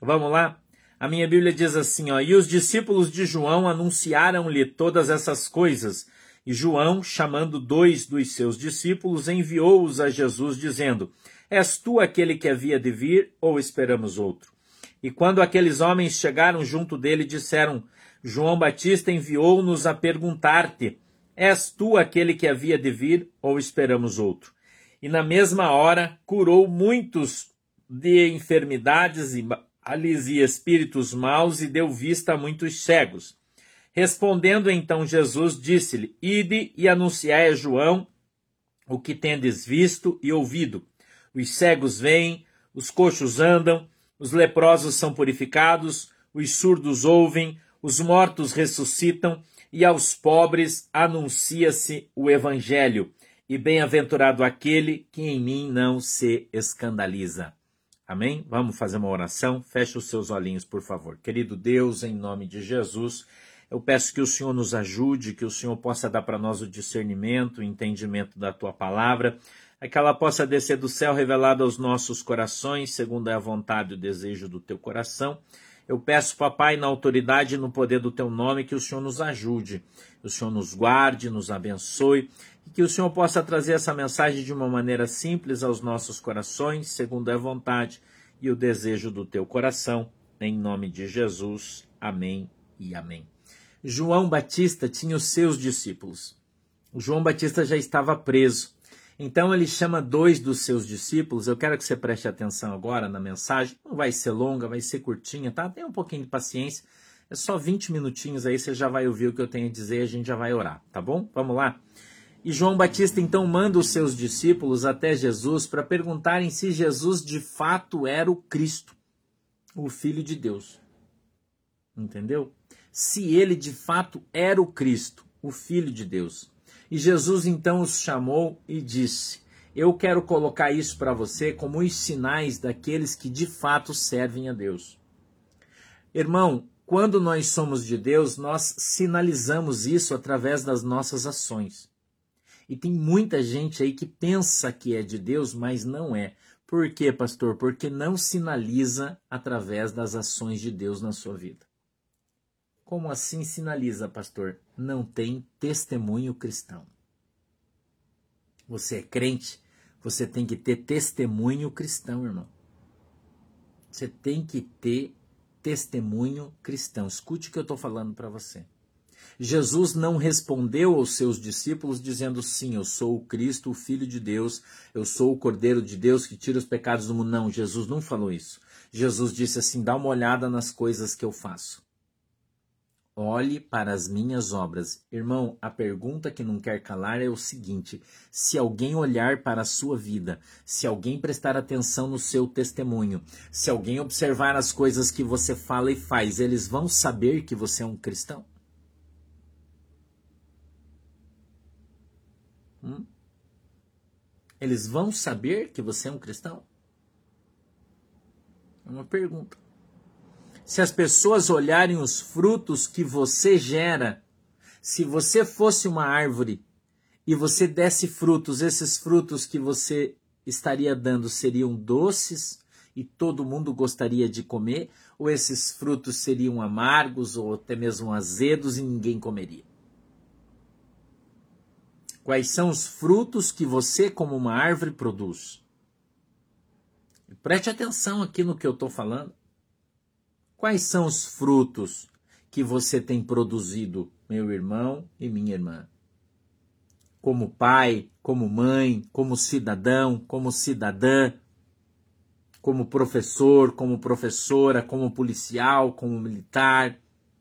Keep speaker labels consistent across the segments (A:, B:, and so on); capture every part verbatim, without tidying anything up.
A: Vamos lá? A minha Bíblia diz assim, ó, e os discípulos de João anunciaram-lhe todas essas coisas. E João, chamando dois dos seus discípulos, enviou-os a Jesus, dizendo, és tu aquele que havia de vir, ou esperamos outro? E quando aqueles homens chegaram junto dele, disseram, João Batista enviou-nos a perguntar-te, és tu aquele que havia de vir, ou esperamos outro? E na mesma hora curou muitos de enfermidades e males e espíritos maus e deu vista a muitos cegos. Respondendo então Jesus, disse-lhe, ide e anunciai a João o que tendes visto e ouvido. Os cegos veem, os coxos andam, os leprosos são purificados, os surdos ouvem, os mortos ressuscitam, e aos pobres anuncia-se o evangelho. E bem-aventurado aquele que em mim não se escandaliza. Amém? Vamos fazer uma oração? Feche os seus olhinhos, por favor. Querido Deus, em nome de Jesus, eu peço que o Senhor nos ajude, que o Senhor possa dar para nós o discernimento, o entendimento da Tua palavra, que ela possa descer do céu revelada aos nossos corações, segundo é a vontade e o desejo do Teu coração. Eu peço, papai, na autoridade e no poder do Teu nome, que o Senhor nos ajude, que o Senhor nos guarde, nos abençoe, e que o Senhor possa trazer essa mensagem de uma maneira simples aos nossos corações, segundo é a vontade e o desejo do Teu coração, em nome de Jesus. Amém e amém. João Batista tinha os seus discípulos. O João Batista já estava preso. Então ele chama dois dos seus discípulos. Eu quero que você preste atenção agora na mensagem. Não vai ser longa, vai ser curtinha, tá? Tenha um pouquinho de paciência. É só vinte minutinhos aí, você já vai ouvir o que eu tenho a dizer e a gente já vai orar, tá bom? Vamos lá? E João Batista então manda os seus discípulos até Jesus para perguntarem se Jesus de fato era o Cristo, o Filho de Deus. Entendeu? Se ele de fato era o Cristo, o Filho de Deus. E Jesus então os chamou e disse, eu quero colocar isso para você como os sinais daqueles que de fato servem a Deus. Irmão, quando nós somos de Deus, nós sinalizamos isso através das nossas ações. E tem muita gente aí que pensa que é de Deus, mas não é. Por quê, pastor? Porque não sinaliza através das ações de Deus na sua vida. Como assim sinaliza, pastor? Não tem testemunho cristão. Você é crente, você tem que ter testemunho cristão, irmão. Você tem que ter testemunho cristão. Escute o que eu estou falando para você. Jesus não respondeu aos seus discípulos dizendo, sim, eu sou o Cristo, o Filho de Deus, eu sou o Cordeiro de Deus que tira os pecados do mundo. Não, Jesus não falou isso. Jesus disse assim, dá uma olhada nas coisas que eu faço. Olhe para as minhas obras. Irmão, a pergunta que não quer calar é o seguinte, se alguém olhar para a sua vida, se alguém prestar atenção no seu testemunho, se alguém observar as coisas que você fala e faz, eles vão saber que você é um cristão? Hum? Eles vão saber que você é um cristão? É uma pergunta. Se as pessoas olharem os frutos que você gera, se você fosse uma árvore e você desse frutos, esses frutos que você estaria dando seriam doces e todo mundo gostaria de comer, ou esses frutos seriam amargos ou até mesmo azedos e ninguém comeria? Quais são os frutos que você, como uma árvore, produz? Preste atenção aqui no que eu estou falando. Quais são os frutos que você tem produzido, meu irmão e minha irmã? Como pai, como mãe, como cidadão, como cidadã, como professor, como professora, como policial, como militar.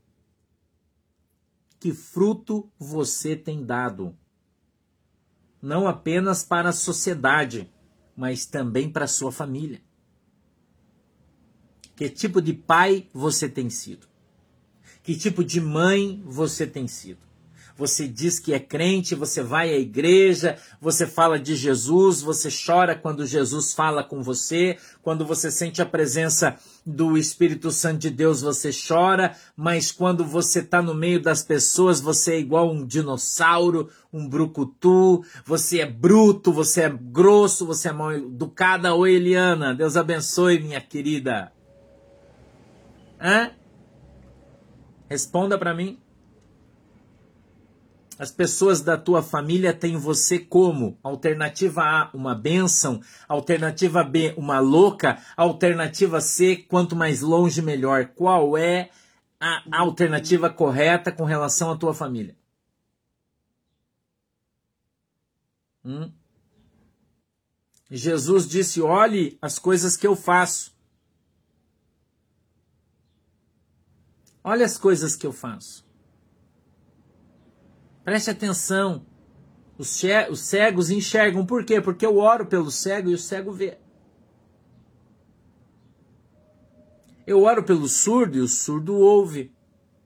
A: Que fruto você tem dado? Não apenas para a sociedade, mas também para a sua família. Que tipo de pai você tem sido? Que tipo de mãe você tem sido? Você diz que é crente, você vai à igreja, você fala de Jesus, você chora quando Jesus fala com você, quando você sente a presença do Espírito Santo de Deus, você chora, mas quando você está no meio das pessoas, você é igual um dinossauro, um brucutu, você é bruto, você é grosso, você é mal educada. Oi, Eliana, Deus abençoe, minha querida. Hã? Responda para mim. As pessoas da tua família têm você como? Alternativa A, uma bênção. Alternativa B, uma louca. Alternativa C, quanto mais longe, melhor. Qual é a alternativa correta com relação à tua família? Hum? Jesus disse, olhe as coisas que eu faço. Olha as coisas que eu faço. Preste atenção. Os cegos enxergam. Por quê? Porque eu oro pelo cego e o cego vê. Eu oro pelo surdo e o surdo ouve.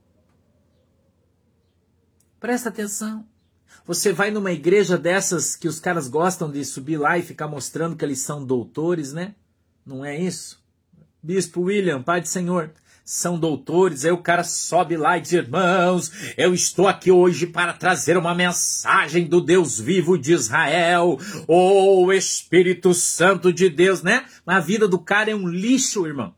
A: Presta atenção. Você vai numa igreja dessas que os caras gostam de subir lá e ficar mostrando que eles são doutores, né? Não é isso? Bispo William, Pai do Senhor, são doutores, aí o cara sobe lá e diz, irmãos, eu estou aqui hoje para trazer uma mensagem do Deus vivo de Israel, o Espírito Santo de Deus, né? Mas a vida do cara é um lixo, irmão.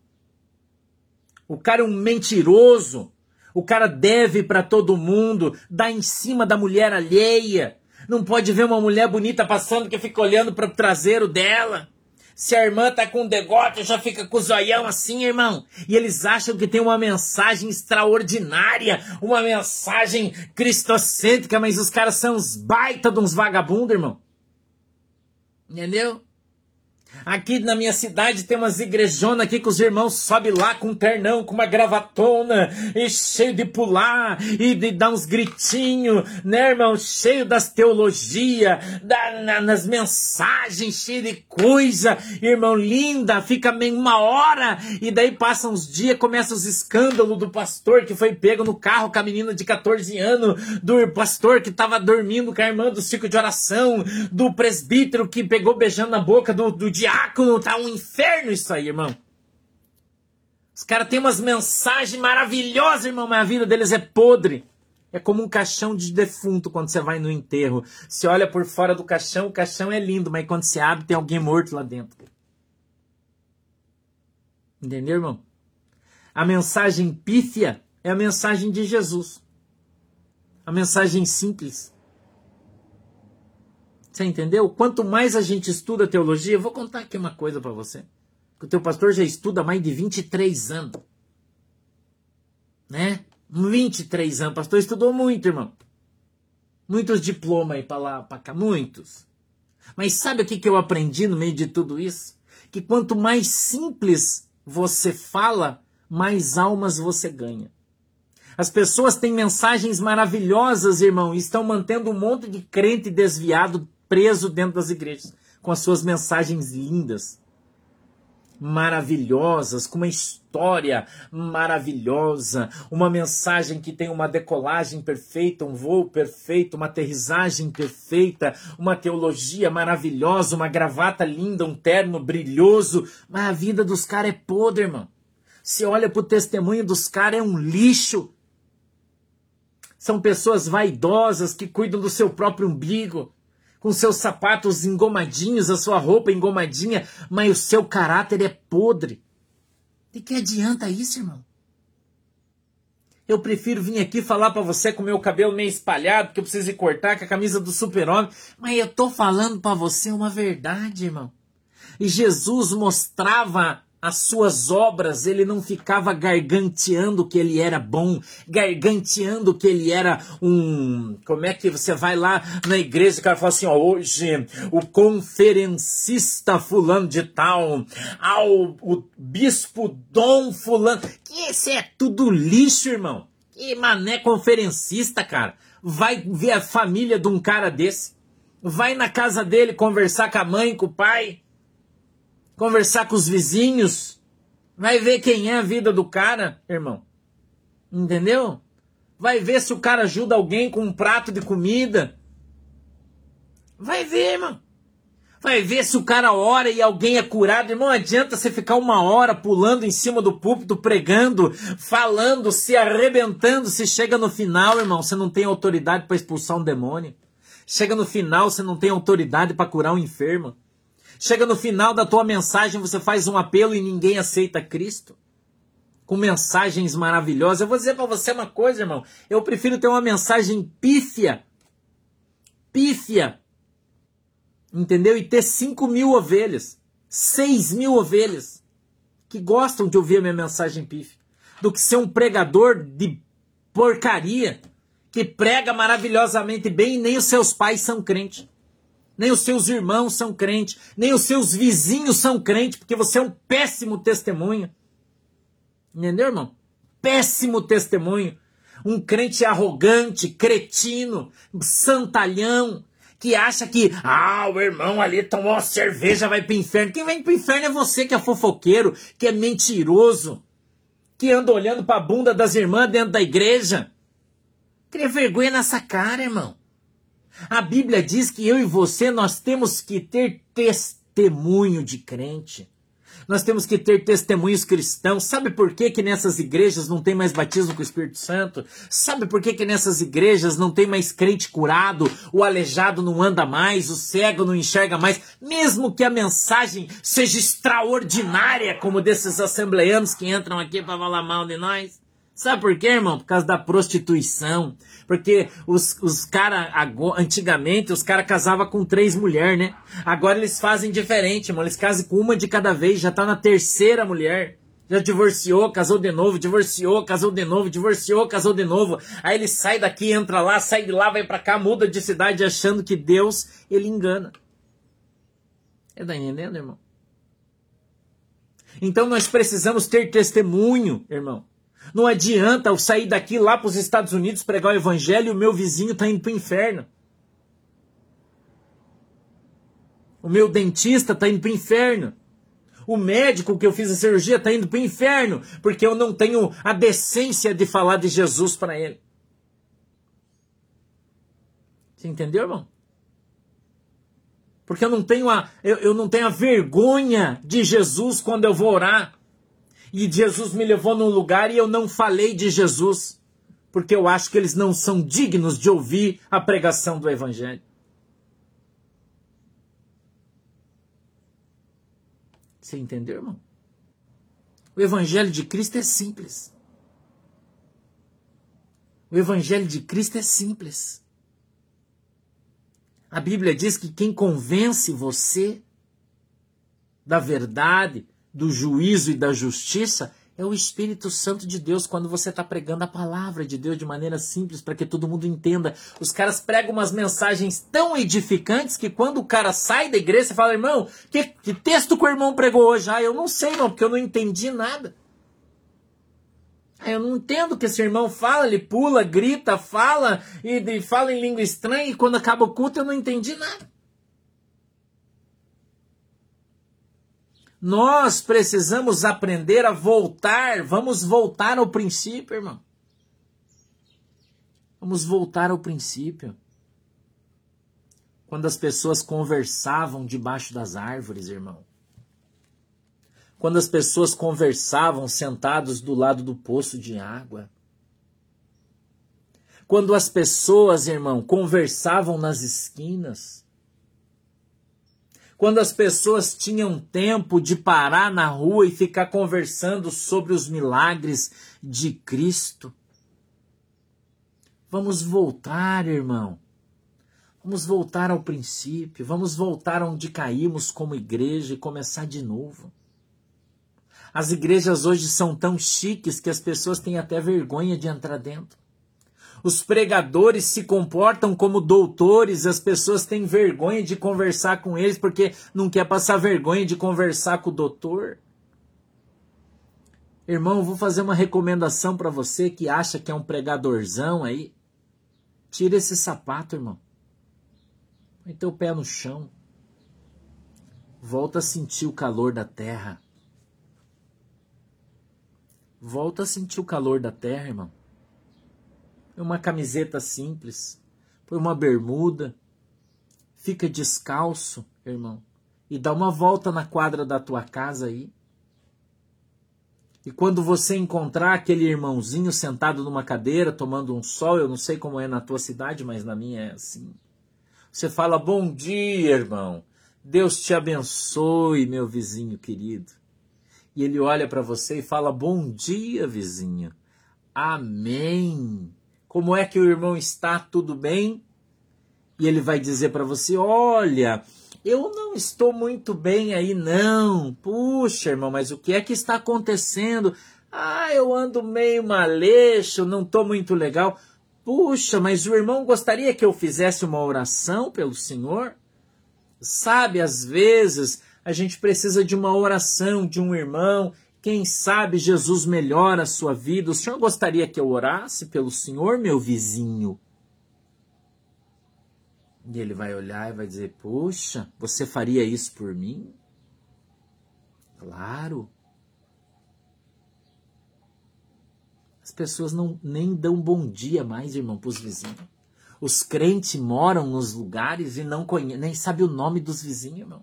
A: O cara é um mentiroso. O cara deve para todo mundo, dá em cima da mulher alheia. Não pode ver uma mulher bonita passando que fica olhando para o traseiro dela. Se a irmã tá com um degote, já fica com o zoião assim, irmão. E eles acham que tem uma mensagem extraordinária, uma mensagem cristocêntrica, mas os caras são uns baita de uns vagabundos, irmão. Entendeu? Aqui na minha cidade tem umas igrejonas aqui que os irmãos sobem lá com um ternão, com uma gravatona, e cheio de pular, e de dar uns gritinhos, né, irmão? Cheio das teologias, da, na, nas mensagens, cheio de coisa, irmão, linda, fica meio uma hora, e daí passam uns dias, começam os escândalos do pastor que foi pego no carro com a menina de quatorze anos, do pastor que estava dormindo com a irmã do ciclo de oração, do presbítero que pegou beijando na boca do, do diácono, tá um inferno isso aí, irmão. Os caras têm umas mensagens maravilhosas, irmão, mas a vida deles é podre. É como um caixão de defunto quando você vai no enterro. Você olha por fora do caixão, o caixão é lindo, mas quando você abre tem alguém morto lá dentro. Entendeu, irmão? A mensagem pífia é a mensagem de Jesus. A mensagem simples. Você entendeu? Quanto mais a gente estuda teologia, eu vou contar aqui uma coisa para você. Que o teu pastor já estuda há mais de vinte e três anos. Né? vinte e três anos. O pastor estudou muito, irmão. Muitos diplomas aí para lá, para cá. Muitos. Mas sabe o que, que eu aprendi no meio de tudo isso? Que quanto mais simples você fala, mais almas você ganha. As pessoas têm mensagens maravilhosas, irmão, e estão mantendo um monte de crente desviado preso dentro das igrejas, com as suas mensagens lindas, maravilhosas, com uma história maravilhosa, uma mensagem que tem uma decolagem perfeita, um voo perfeito, uma aterrissagem perfeita, uma teologia maravilhosa, uma gravata linda, um terno brilhoso, mas a vida dos caras é podre, irmão. Você olha para o testemunho dos caras, é um lixo. São pessoas vaidosas que cuidam do seu próprio umbigo, com seus sapatos engomadinhos, a sua roupa engomadinha, mas o seu caráter é podre. De que adianta isso, irmão? Eu prefiro vir aqui falar para você com o meu cabelo meio espalhado, porque eu preciso ir cortar com a camisa do super-homem, mas eu tô falando para você uma verdade, irmão. E Jesus mostrava as suas obras, ele não ficava garganteando que ele era bom, garganteando que ele era um... Como é que você vai lá na igreja e o cara fala assim, ó, hoje o conferencista fulano de tal, ao o bispo Dom fulano, que esse é tudo lixo, irmão. Que mané conferencista, cara. Vai ver a família de um cara desse, vai na casa dele conversar com a mãe, com o pai, conversar com os vizinhos, vai ver quem é a vida do cara, irmão. Entendeu? Vai ver se o cara ajuda alguém com um prato de comida. Vai ver, irmão. Vai ver se o cara ora e alguém é curado. Irmão, adianta você ficar uma hora pulando em cima do púlpito, pregando, falando, se arrebentando. Se chega no final, irmão, você não tem autoridade para expulsar um demônio. Chega no final, você não tem autoridade para curar um enfermo. Chega no final da tua mensagem, você faz um apelo e ninguém aceita Cristo. com mensagens maravilhosas. Eu vou dizer para você uma coisa, irmão. Eu prefiro ter uma mensagem pífia. Pífia. Entendeu? E ter cinco mil ovelhas. seis mil ovelhas. Que gostam de ouvir a minha mensagem pífia. Do que ser um pregador de porcaria. Que prega maravilhosamente bem e nem os seus pais são crentes. Nem os seus irmãos são crentes. Nem os seus vizinhos são crentes. Porque você é um péssimo testemunho. Entendeu, irmão? Péssimo testemunho. Um crente arrogante, cretino, santalhão, que acha que, ah, o irmão ali tomou uma cerveja, vai pro inferno. Quem vai pro inferno é você que é fofoqueiro, que é mentiroso, que anda olhando pra bunda das irmãs dentro da igreja. Cria vergonha nessa cara, irmão. A Bíblia diz que eu e você, nós temos que ter testemunho de crente. Nós temos que ter testemunhos cristãos. Sabe por que que nessas igrejas não tem mais batismo com o Espírito Santo? Sabe por que que nessas igrejas não tem mais crente curado? O aleijado não anda mais, o cego não enxerga mais. Mesmo que a mensagem seja extraordinária, como desses assembleanos que entram aqui para falar mal de nós. Sabe por quê, irmão? Por causa da prostituição. Porque os, os caras, antigamente, os caras casavam com três mulheres, né? Agora eles fazem diferente, irmão. Eles casam com uma de cada vez, já tá na terceira mulher. Já divorciou, casou de novo, divorciou, casou de novo, divorciou, casou de novo. Aí ele sai daqui, entra lá, sai de lá, vai pra cá, muda de cidade, achando que Deus, ele engana. Você tá entendendo, irmão? Então nós precisamos ter testemunho, irmão. Não adianta eu sair daqui lá para os Estados Unidos pregar o evangelho e o meu vizinho está indo para o inferno. O meu dentista está indo para o inferno. O médico que eu fiz a cirurgia está indo para o inferno, porque eu não tenho a decência de falar de Jesus para ele. Você entendeu, irmão? Porque eu não tenho a, eu, eu não tenho a vergonha de Jesus quando eu vou orar. E Jesus me levou num lugar e eu não falei de Jesus, porque eu acho que eles não são dignos de ouvir a pregação do evangelho. Você entendeu, irmão? O evangelho de Cristo é simples. O evangelho de Cristo é simples. A Bíblia diz que quem convence você da verdade, do juízo e da justiça, é o Espírito Santo de Deus, quando você está pregando a palavra de Deus de maneira simples, para que todo mundo entenda. Os caras pregam umas mensagens tão edificantes que quando o cara sai da igreja, você fala, irmão, que, que texto que o irmão pregou hoje? Ah, eu não sei, irmão, porque eu não entendi nada. Ah, eu não entendo o que esse irmão fala, ele pula, grita, fala, e, e fala em língua estranha, e quando acaba o culto eu não entendi nada. Nós precisamos aprender a voltar. Vamos voltar ao princípio, irmão. Vamos voltar ao princípio. Quando as pessoas conversavam debaixo das árvores, irmão. Quando as pessoas conversavam sentados do lado do poço de água. Quando as pessoas, irmão, conversavam nas esquinas. Quando as pessoas tinham tempo de parar na rua e ficar conversando sobre os milagres de Cristo. Vamos voltar, irmão. Vamos voltar ao princípio. Vamos voltar onde caímos como igreja e começar de novo. As igrejas hoje são tão chiques que as pessoas têm até vergonha de entrar dentro. Os pregadores se comportam como doutores, as pessoas têm vergonha de conversar com eles porque não quer passar vergonha de conversar com o doutor. Irmão, eu vou fazer uma recomendação para você que acha que é um pregadorzão aí. Tira esse sapato, irmão. Põe teu pé no chão. Volta a sentir o calor da terra. Volta a sentir o calor da terra, irmão. Uma camiseta simples, põe uma bermuda, fica descalço, irmão, e dá uma volta na quadra da tua casa aí. E quando você encontrar aquele irmãozinho sentado numa cadeira, tomando um sol, eu não sei como é na tua cidade, mas na minha é assim. Você fala, bom dia, irmão. Deus te abençoe, meu vizinho querido. E ele olha para você e fala: bom dia, vizinho. Amém. Como é que o irmão está? Tudo bem? E ele vai dizer para você: olha, eu não estou muito bem aí não. Puxa, irmão, mas o que é que está acontecendo? Ah, eu ando meio maleixo, não estou muito legal. Puxa, mas o irmão gostaria que eu fizesse uma oração pelo Senhor? Sabe, às vezes a gente precisa de uma oração de um irmão. Quem sabe Jesus melhora a sua vida. O senhor gostaria que eu orasse pelo senhor, meu vizinho? E ele vai olhar e vai dizer: puxa, você faria isso por mim? Claro. As pessoas não, nem dão bom dia mais, irmão, para os vizinhos. Os crentes moram nos lugares e não conhecem, nem sabem o nome dos vizinhos, irmão.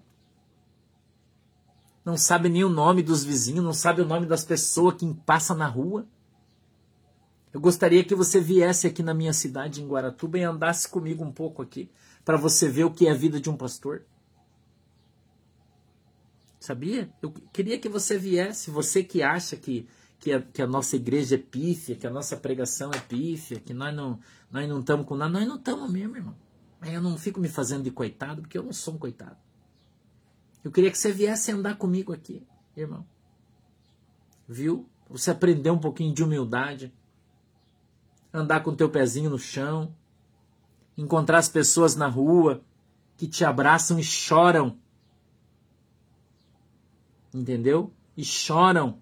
A: Não sabe nem o nome dos vizinhos, não sabe o nome das pessoas que passam na rua. Eu gostaria que você viesse aqui na minha cidade, em Guaratuba, e andasse comigo um pouco aqui, para você ver o que é a vida de um pastor. Sabia? Eu queria que você viesse, você que acha que, que, a, que a nossa igreja é pífia, que a nossa pregação é pífia, que nós não nós não estamos com nada. Nós não estamos mesmo, irmão. Mas eu não fico me fazendo de coitado, porque eu não sou um coitado. Eu queria que você viesse andar comigo aqui, irmão. Viu? Você aprender um pouquinho de humildade. Andar com o teu pezinho no chão. Encontrar as pessoas na rua que te abraçam e choram. Entendeu? E choram.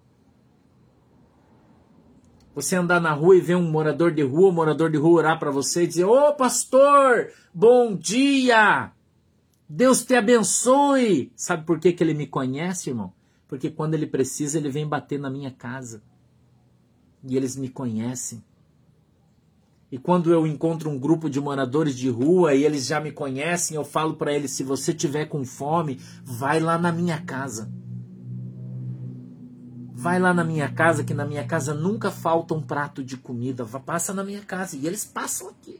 A: Você andar na rua e ver um morador de rua, um morador de rua orar para você e dizer: ô pastor, bom dia! Deus te abençoe! Sabe por que, que ele me conhece, irmão? Porque quando ele precisa, ele vem bater na minha casa. E eles me conhecem. E quando eu encontro um grupo de moradores de rua e eles já me conhecem, eu falo para eles: se você tiver com fome, vai lá na minha casa. Vai lá na minha casa, que na minha casa nunca falta um prato de comida. Passa na minha casa. E eles passam aqui.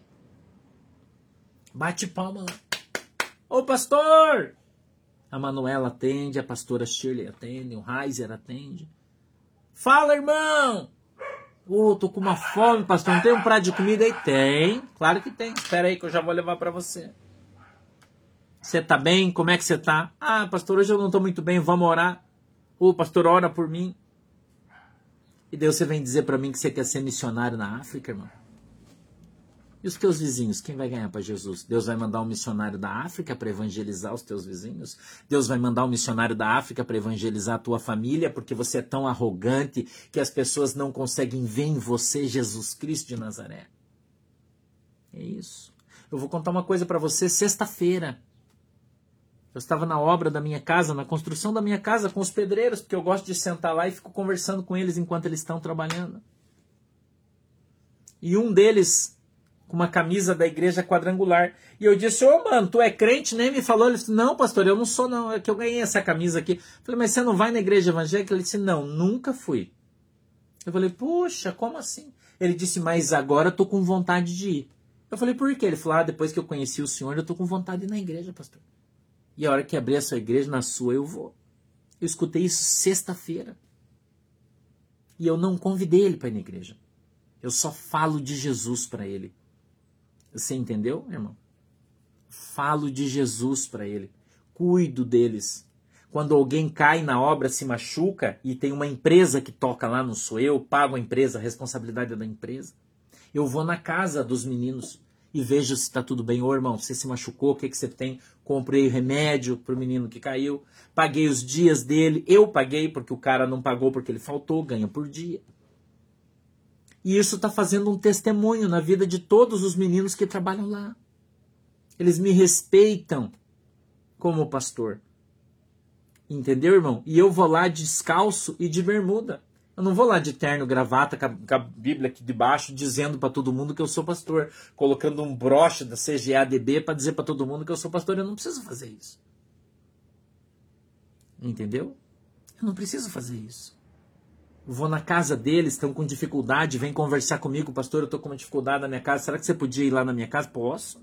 A: Bate palma lá. Ô pastor! A Manuela atende, a pastora Shirley atende, o Heiser atende. Fala, irmão! Ô, oh, tô com uma fome, pastor. Não tem um prato de comida aí? Tem, claro que tem. Espera aí que eu já vou levar para você. Você tá bem? Como é que você tá? Ah, pastor, hoje eu não tô muito bem, vamos orar. Ô, pastor, ora por mim. E Deus, você vem dizer para mim que você quer ser missionário na África, irmão? E os teus vizinhos, quem vai ganhar para Jesus? Deus vai mandar um missionário da África para evangelizar os teus vizinhos? Deus vai mandar um missionário da África para evangelizar a tua família, porque você é tão arrogante que as pessoas não conseguem ver em você Jesus Cristo de Nazaré? É isso. Eu vou contar uma coisa para você. Sexta-feira, eu estava na obra da minha casa, na construção da minha casa com os pedreiros, porque eu gosto de sentar lá e fico conversando com eles enquanto eles estão trabalhando. E um deles, com uma camisa da igreja quadrangular. E eu disse: ô, mano, tu é crente? Nem me falou. Ele disse: não, pastor, eu não sou não, é que eu ganhei essa camisa aqui. Eu falei: mas você não vai na igreja evangélica? Ele disse: não, nunca fui. Eu falei: puxa, como assim? Ele disse: mas agora eu tô com vontade de ir. Eu falei: por quê? Ele falou: ah, depois que eu conheci o senhor, eu tô com vontade de ir na igreja, pastor. E a hora que abrir a sua igreja, na sua eu vou. Eu escutei isso sexta-feira. E eu não convidei ele para ir na igreja. Eu só falo de Jesus para ele. Você entendeu, irmão? Falo de Jesus para ele. Cuido deles. Quando alguém cai na obra, se machuca, e tem uma empresa que toca lá, não sou eu, pago a empresa, a responsabilidade é da empresa. Eu vou na casa dos meninos e vejo se está tudo bem. Ô, irmão, você se machucou, o que, que você tem? Comprei remédio para o menino que caiu. Paguei os dias dele. Eu paguei porque o cara não pagou porque ele faltou. Ganha por dia. E isso está fazendo um testemunho na vida de todos os meninos que trabalham lá. Eles me respeitam como pastor. Entendeu, irmão? E eu vou lá descalço e de bermuda. Eu não vou lá de terno, gravata, com a Bíblia aqui debaixo, dizendo para todo mundo que eu sou pastor. Colocando um broche da C G A D B para dizer para todo mundo que eu sou pastor. Eu não preciso fazer isso. Entendeu? Eu não preciso fazer isso. Eu vou na casa deles, estão com dificuldade, vem conversar comigo, pastor, eu estou com uma dificuldade na minha casa. Será que você podia ir lá na minha casa? Posso.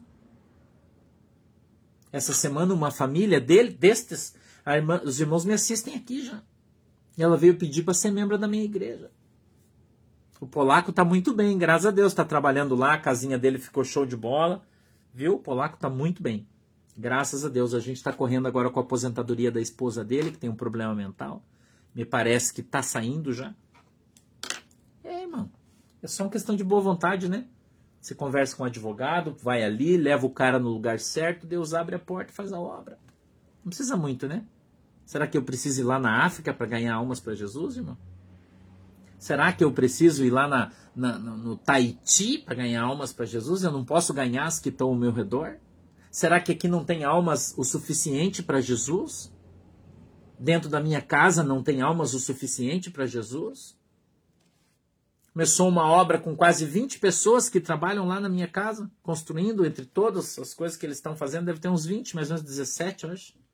A: Essa semana uma família dele, destes, a irmã, os irmãos me assistem aqui já. E ela veio pedir para ser membro da minha igreja. O polaco está muito bem, graças a Deus. Está trabalhando lá, a casinha dele ficou show de bola. Viu? O polaco está muito bem. Graças a Deus. A gente está correndo agora com a aposentadoria da esposa dele, que tem um problema mental. Me parece que está saindo já. É, irmão. É só uma questão de boa vontade, né? Você conversa com o advogado, vai ali, leva o cara no lugar certo, Deus abre a porta e faz a obra. Não precisa muito, né? Será que eu preciso ir lá na África para ganhar almas para Jesus, irmão? Será que eu preciso ir lá na, na, no Tahiti para ganhar almas para Jesus? Eu não posso ganhar as que estão ao meu redor? Será que aqui não tem almas o suficiente para Jesus? Dentro da minha casa não tem almas o suficiente para Jesus? Começou uma obra com quase vinte pessoas que trabalham lá na minha casa, construindo, entre todas as coisas que eles estão fazendo, deve ter uns vinte, mais ou menos dezessete, eu acho.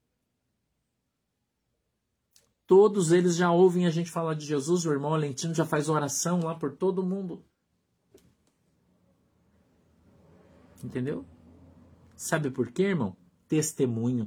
A: Todos eles já ouvem a gente falar de Jesus, o irmão Alentino já faz oração lá por todo mundo. Entendeu? Sabe por quê, irmão? Testemunho.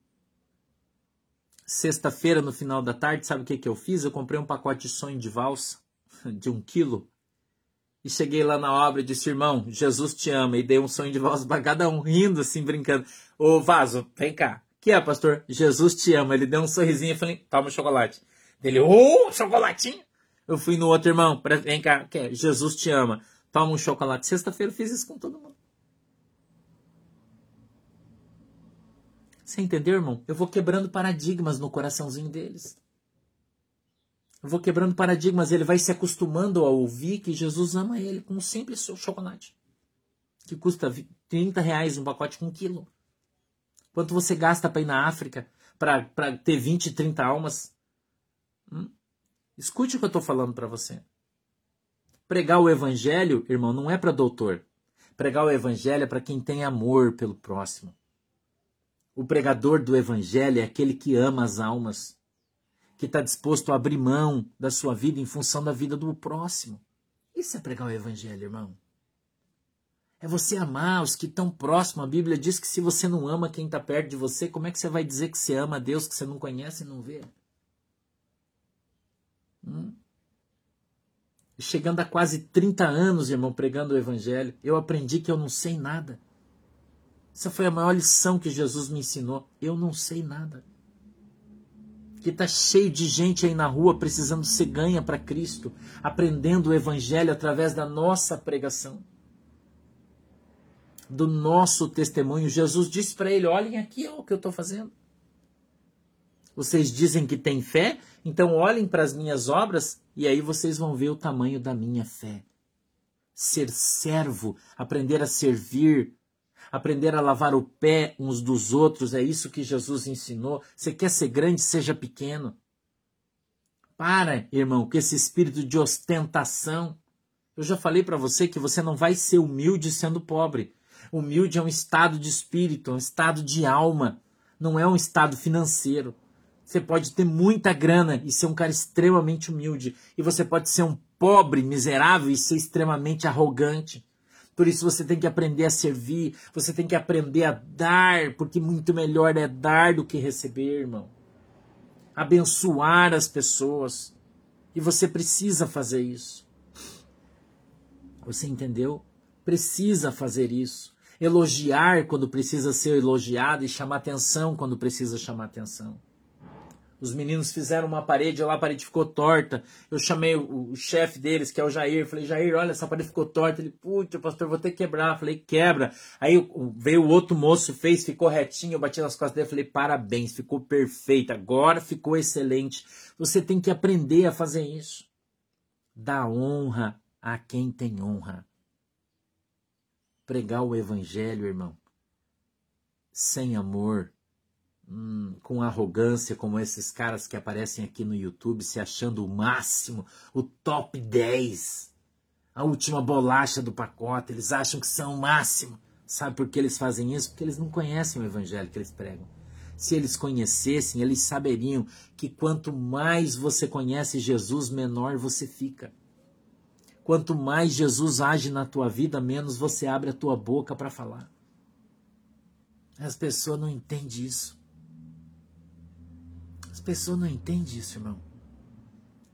A: Sexta-feira, no final da tarde, sabe o que, que eu fiz? Eu comprei um pacote de sonho de valsa, de um quilo, e cheguei lá na obra e disse, irmão, Jesus te ama, e dei um sonho de valsa para cada um, rindo assim, brincando. Ô Vaso, vem cá. Que é, pastor? Jesus te ama. Ele deu um sorrisinho e falei, toma um chocolate. Ele, ô, oh, chocolatinho. Eu fui no outro irmão, vem cá, que é? Jesus te ama. Toma um chocolate. Sexta-feira eu fiz isso com todo mundo. Você entendeu, irmão? Eu vou quebrando paradigmas no coraçãozinho deles. Eu vou quebrando paradigmas. Ele vai se acostumando a ouvir que Jesus ama ele com um simples chocolate. Que custa trinta reais um pacote com um quilo. Quanto você gasta para ir na África, para ter vinte, trinta almas? Hum? Escute o que eu estou falando para você. Pregar o evangelho, irmão, não é para doutor. Pregar o evangelho é para quem tem amor pelo próximo. O pregador do evangelho é aquele que ama as almas, que está disposto a abrir mão da sua vida em função da vida do próximo. Isso é pregar o evangelho, irmão. É você amar os que estão próximos. A Bíblia diz que se você não ama quem está perto de você, como é que você vai dizer que você ama a Deus que você não conhece e não vê? Hum? Chegando a quase trinta anos, irmão, pregando o evangelho, eu aprendi que eu não sei nada. Essa foi a maior lição que Jesus me ensinou. Eu não sei nada. Que está cheio de gente aí na rua precisando ser ganha para Cristo, aprendendo o evangelho através da nossa pregação, do nosso testemunho. Jesus disse para ele, olhem aqui ó, o que eu estou fazendo. Vocês dizem que têm fé, então olhem para as minhas obras e aí vocês vão ver o tamanho da minha fé. Ser servo, aprender a servir, aprender a lavar o pé uns dos outros, é isso que Jesus ensinou. Você quer ser grande, seja pequeno. Para, irmão, com esse espírito de ostentação. Eu já falei para você que você não vai ser humilde sendo pobre. Humilde é um estado de espírito, é um estado de alma, não é um estado financeiro. Você pode ter muita grana e ser um cara extremamente humilde. E você pode ser um pobre, miserável e ser extremamente arrogante. Por isso você tem que aprender a servir, você tem que aprender a dar, porque muito melhor é dar do que receber, irmão. Abençoar as pessoas. E você precisa fazer isso. Você entendeu? Precisa fazer isso. Elogiar quando precisa ser elogiado e chamar atenção quando precisa chamar atenção. Os meninos fizeram uma parede lá, a parede ficou torta. Eu chamei o, o chefe deles, que é o Jair. Falei, Jair, olha, essa parede ficou torta. Ele, putz, pastor, vou ter que quebrar. Falei, quebra. Aí veio o outro moço, fez, ficou retinho. Eu bati nas costas dele, falei, parabéns, ficou perfeito. Agora ficou excelente. Você tem que aprender a fazer isso. Dá honra a quem tem honra. Pregar o evangelho, irmão, sem amor, hum, com arrogância, como esses caras que aparecem aqui no YouTube, se achando o máximo, o top dez, a última bolacha do pacote, eles acham que são o máximo. Sabe por que eles fazem isso? Porque eles não conhecem o evangelho que eles pregam. Se eles conhecessem, eles saberiam que quanto mais você conhece Jesus, menor você fica. Quanto mais Jesus age na tua vida, menos você abre a tua boca para falar. As pessoas não entendem isso. As pessoas não entendem isso, irmão.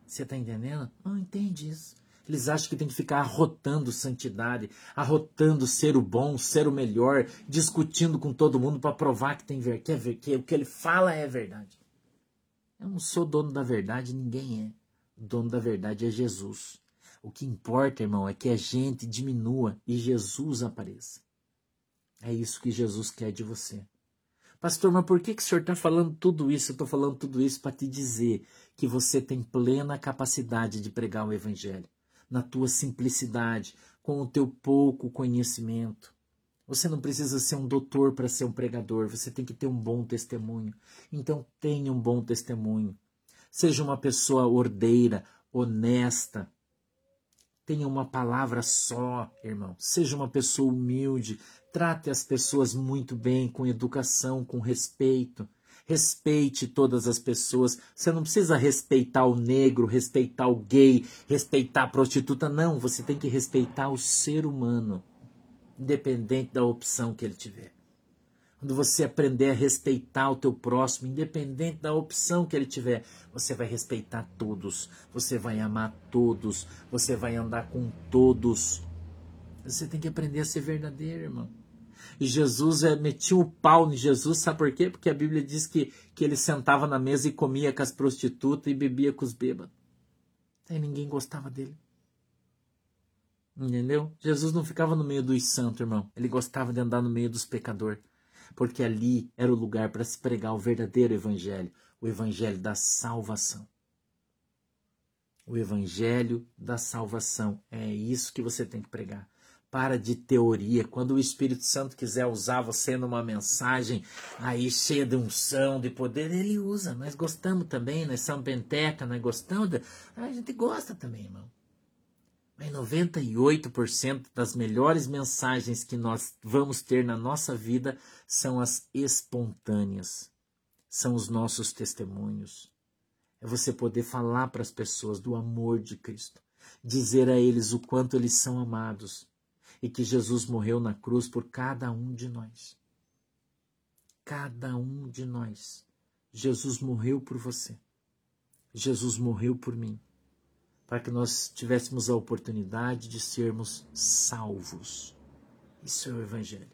A: Você está entendendo? Não entende isso. Eles acham que tem que ficar arrotando santidade, arrotando ser o bom, ser o melhor, discutindo com todo mundo para provar que, tem ver, que, é, que o que ele fala é verdade. Eu não sou dono da verdade, ninguém é. O dono da verdade é Jesus. O que importa, irmão, é que a gente diminua e Jesus apareça. É isso que Jesus quer de você. Pastor, mas por que, que o senhor está falando tudo isso? Eu estou falando tudo isso para te dizer que você tem plena capacidade de pregar o evangelho. Na tua simplicidade, com o teu pouco conhecimento. Você não precisa ser um doutor para ser um pregador. Você tem que ter um bom testemunho. Então tenha um bom testemunho. Seja uma pessoa ordeira, honesta. Tenha uma palavra só, irmão. Seja uma pessoa humilde. Trate as pessoas muito bem, com educação, com respeito. Respeite todas as pessoas. Você não precisa respeitar o negro, respeitar o gay, respeitar a prostituta. Não, você tem que respeitar o ser humano, independente da opção que ele tiver. Quando você aprender a respeitar o teu próximo, independente da opção que ele tiver, você vai respeitar todos, você vai amar todos, você vai andar com todos. Você tem que aprender a ser verdadeiro, irmão. E Jesus é, metia o pau em Jesus, sabe por quê? Porque a Bíblia diz que, que ele sentava na mesa e comia com as prostitutas e bebia com os bêbados. Aí ninguém gostava dele. Entendeu? Jesus não ficava no meio dos santos, irmão. Ele gostava de andar no meio dos pecadores. Porque ali era o lugar para se pregar o verdadeiro evangelho. O evangelho da salvação. O evangelho da salvação. É isso que você tem que pregar. Para de teoria. Quando o Espírito Santo quiser usar você numa mensagem aí cheia de unção, de poder, ele usa. Nós gostamos também, nós somos penteca, nós gostamos. De... A gente gosta também, irmão. Mas noventa e oito por cento das melhores mensagens que nós vamos ter na nossa vida são as espontâneas. São os nossos testemunhos. É você poder falar para as pessoas do amor de Cristo. Dizer a eles o quanto eles são amados. E que Jesus morreu na cruz por cada um de nós. Cada um de nós. Jesus morreu por você. Jesus morreu por mim. Para que nós tivéssemos a oportunidade de sermos salvos. Isso é o evangelho.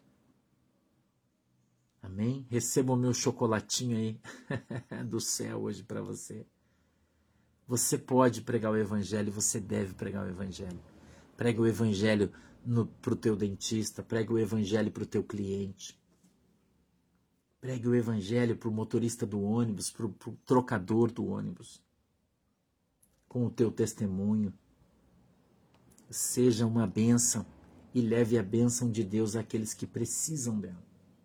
A: Amém? Receba o meu chocolatinho aí do céu hoje para você. Você pode pregar o evangelho, você deve pregar o evangelho. Prega o evangelho para o teu dentista, prega o evangelho para o teu cliente. Pregue o evangelho para o motorista do ônibus, para o trocador do ônibus. Com o teu testemunho. Seja uma bênção e leve a bênção de Deus àqueles que precisam dela.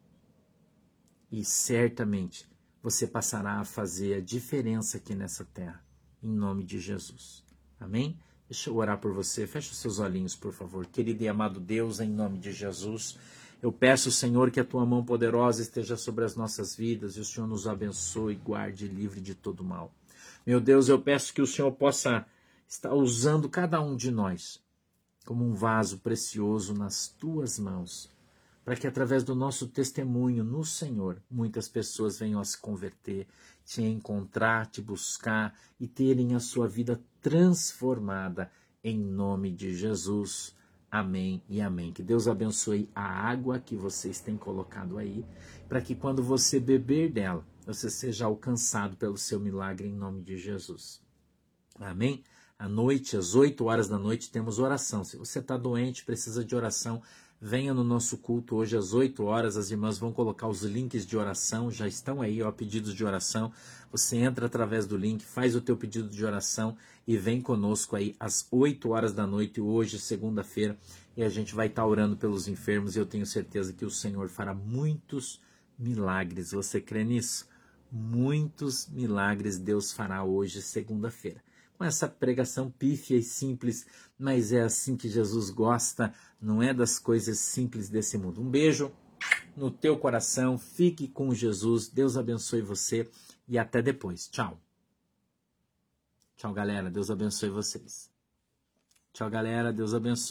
A: E certamente você passará a fazer a diferença aqui nessa terra, em nome de Jesus. Amém? Deixa eu orar por você. Feche os seus olhinhos, por favor. Querido e amado Deus, em nome de Jesus, eu peço, Senhor, que a tua mão poderosa esteja sobre as nossas vidas e o Senhor nos abençoe, guarde e livre de todo mal. Meu Deus, eu peço que o Senhor possa estar usando cada um de nós como um vaso precioso nas tuas mãos, para que através do nosso testemunho no Senhor, muitas pessoas venham a se converter, te encontrar, te buscar e terem a sua vida transformada em nome de Jesus. Amém e amém. Que Deus abençoe a água que vocês têm colocado aí, para que quando você beber dela, você seja alcançado pelo seu milagre em nome de Jesus. Amém? À noite, às oito horas da noite, temos oração. Se você está doente, precisa de oração, venha no nosso culto hoje às oito horas. As irmãs vão colocar os links de oração, já estão aí, ó, pedidos de oração. Você entra através do link, faz o teu pedido de oração e vem conosco aí às oito horas da noite, hoje, segunda-feira, e a gente vai estar orando pelos enfermos e eu tenho certeza que o Senhor fará muitos milagres. Você crê nisso? Muitos milagres Deus fará hoje, segunda-feira. Com essa pregação pífia e simples, mas é assim que Jesus gosta, não é das coisas simples desse mundo. Um beijo no teu coração, fique com Jesus, Deus abençoe você e até depois. Tchau. Tchau, galera, Deus abençoe vocês. Tchau, galera, Deus abençoe.